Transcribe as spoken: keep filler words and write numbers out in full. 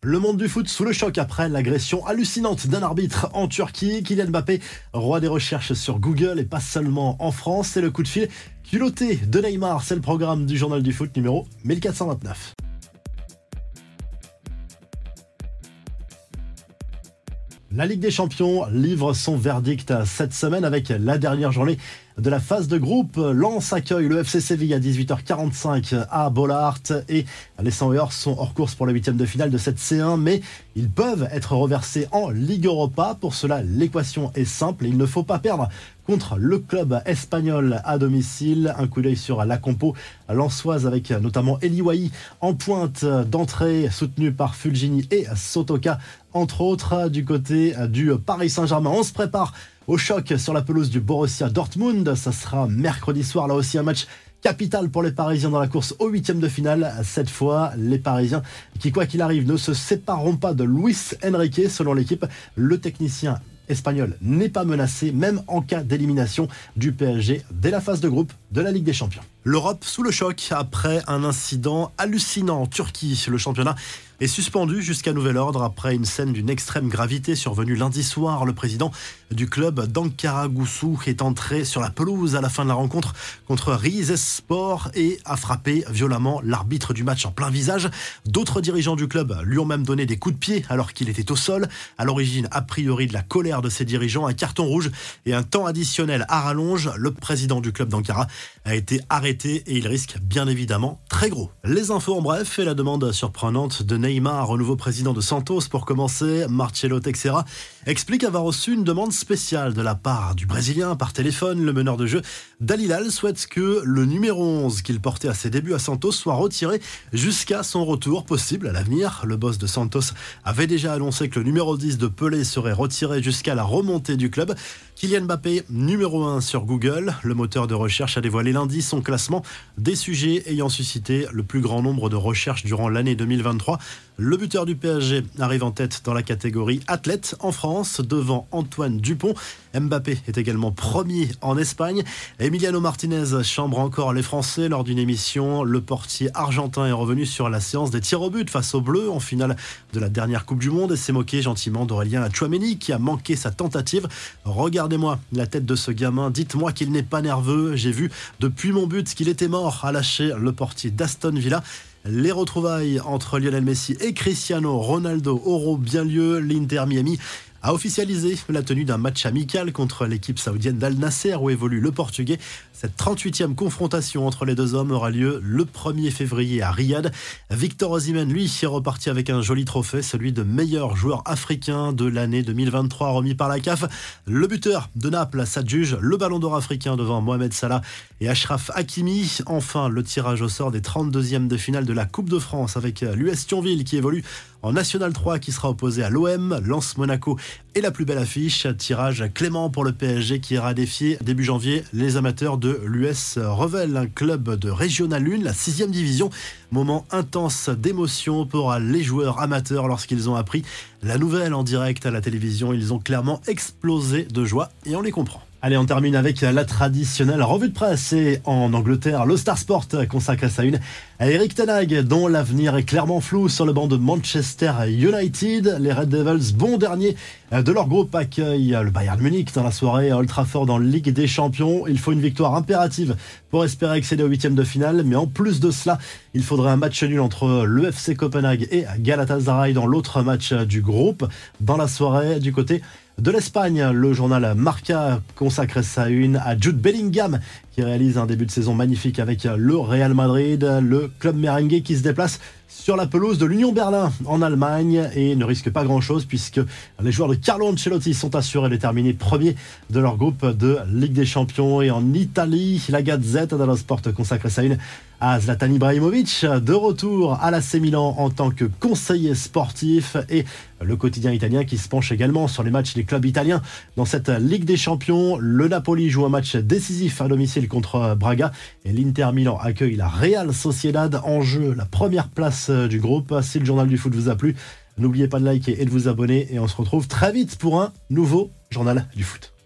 Le monde du foot sous le choc après l'agression hallucinante d'un arbitre en Turquie. Kylian Mbappé, roi des recherches sur Google et pas seulement en France. C'est le coup de fil culotté de Neymar. C'est le programme du journal du foot numéro mille quatre cent vingt-neuf. La Ligue des Champions livre son verdict cette semaine avec la dernière journée de la phase de groupe. Lens accueille le F C Séville à dix-huit heures quarante-cinq à Bollaert et les Sandwich sont hors course pour le huitième de finale de cette C un, mais ils peuvent être reversés en Ligue Europa. Pour cela, l'équation est simple, il ne faut pas perdre contre le club espagnol à domicile. Un coup d'œil sur la compo lensoise avec notamment Eli Wahi en pointe d'entrée, soutenu par Fulgini et Sotoka, entre autres. Du côté du Paris Saint-Germain, on se prépare au choc sur la pelouse du Borussia Dortmund. Ça sera mercredi soir, là aussi un match capital pour les Parisiens dans la course au huitième de finale. Cette fois, les Parisiens qui, quoi qu'il arrive, ne se sépareront pas de Luis Enrique. Selon l'équipe, le technicien espagnol n'est pas menacé, même en cas d'élimination du P S G dès la phase de groupe de la Ligue des Champions. L'Europe sous le choc après un incident hallucinant en Turquie. Le championnat est suspendu jusqu'à nouvel ordre après une scène d'une extrême gravité survenue lundi soir. Le président du club d'Ankaragucü est entré sur la pelouse à la fin de la rencontre contre Rizespor et a frappé violemment l'arbitre du match en plein visage. D'autres dirigeants du club lui ont même donné des coups de pied alors qu'il était au sol. À l'origine, a priori, de la colère de ses dirigeants, un carton rouge et un temps additionnel à rallonge. Le président du club d'Ankara a été arrêté et il risque bien évidemment très gros. Les infos en bref et la demande surprenante de Neymar au nouveau président de Santos. Pour commencer, Marcelo Teixeira explique avoir reçu une demande spéciale de la part du Brésilien par téléphone. Le meneur de jeu d'Al Hilal souhaite que le numéro onze qu'il portait à ses débuts à Santos soit retiré jusqu'à son retour possible à l'avenir. Le boss de Santos avait déjà annoncé que le numéro dix de Pelé serait retiré jusqu'à la remontée du club. Kylian Mbappé, numéro un sur Google. Le moteur de recherche a dévoilé lundi son classement des sujets ayant suscité le plus grand nombre de recherches durant l'année deux mille vingt-trois. Le buteur du P S G arrive en tête dans la catégorie athlète en France, devant Antoine Dupont. Mbappé est également premier en Espagne. Emiliano Martinez chambre encore les Français lors d'une émission. Le portier argentin est revenu sur la séance des tirs au but face aux Bleus en finale de la dernière Coupe du Monde et s'est moqué gentiment d'Aurélien Tchouaméni qui a manqué sa tentative. Regardez-moi la tête de ce gamin, dites-moi qu'il n'est pas nerveux. J'ai vu depuis mon but qu'il était mort, a lâché le portier d'Aston Villa. Les retrouvailles entre Lionel Messi et Cristiano Ronaldo auront bien lieu. L'Inter Miami a officialisé la tenue d'un match amical contre l'équipe saoudienne d'Al Nasser où évolue le Portugais. Cette trente-huitième confrontation entre les deux hommes aura lieu le premier février à Riyad. Victor Osimhen, lui, est reparti avec un joli trophée, celui de meilleur joueur africain de l'année deux mille vingt-trois, remis par la C A F. Le buteur de Naples s'adjuge le ballon d'or africain devant Mohamed Salah et Achraf Hakimi. Enfin, le tirage au sort des trente-deuxièmes de finale de la Coupe de France avec l'U S Thionville qui évolue en National trois qui sera opposé à l'O M. Lens Monaco est la plus belle affiche. Tirage clément pour le P S G qui ira défier début janvier les amateurs de l'U S Revel, un club de Régional un, la sixième division. Moment intense d'émotion pour les joueurs amateurs lorsqu'ils ont appris la nouvelle en direct à la télévision. Ils ont clairement explosé de joie et on les comprend. Allez, on termine avec la traditionnelle revue de presse et en Angleterre, le Star Sport consacre sa une à Eric Ten Hag, dont l'avenir est clairement flou sur le banc de Manchester United. Les Red Devils, bon dernier de leur groupe, accueillent le Bayern Munich dans la soirée à Old Trafford en Ligue des Champions. Il faut une victoire impérative pour espérer accéder au huitième de finale, mais en plus de cela, il faudrait un match nul entre le F C Copenhague et Galatasaray dans l'autre match du groupe. Dans la soirée, du côté de l'Espagne, le journal Marca consacre sa une à Jude Bellingham qui réalise un début de saison magnifique avec le Real Madrid. Le club merengue qui se déplace sur la pelouse de l'Union Berlin en Allemagne et ne risque pas grand-chose puisque les joueurs de Carlo Ancelotti sont assurés de terminer premiers de leur groupe de Ligue des Champions. Et en Italie, la Gazzetta dello Sport consacre sa une à Zlatan Ibrahimovic, de retour à l'A C Milan en tant que conseiller sportif, et le quotidien italien qui se penche également sur les matchs des clubs italiens dans cette Ligue des Champions. Le Napoli joue un match décisif à domicile contre Braga et l'Inter Milan accueille la Real Sociedad, en jeu la première place du groupe. Si le journal du foot vous a plu, n'oubliez pas de liker et de vous abonner et on se retrouve très vite pour un nouveau journal du foot.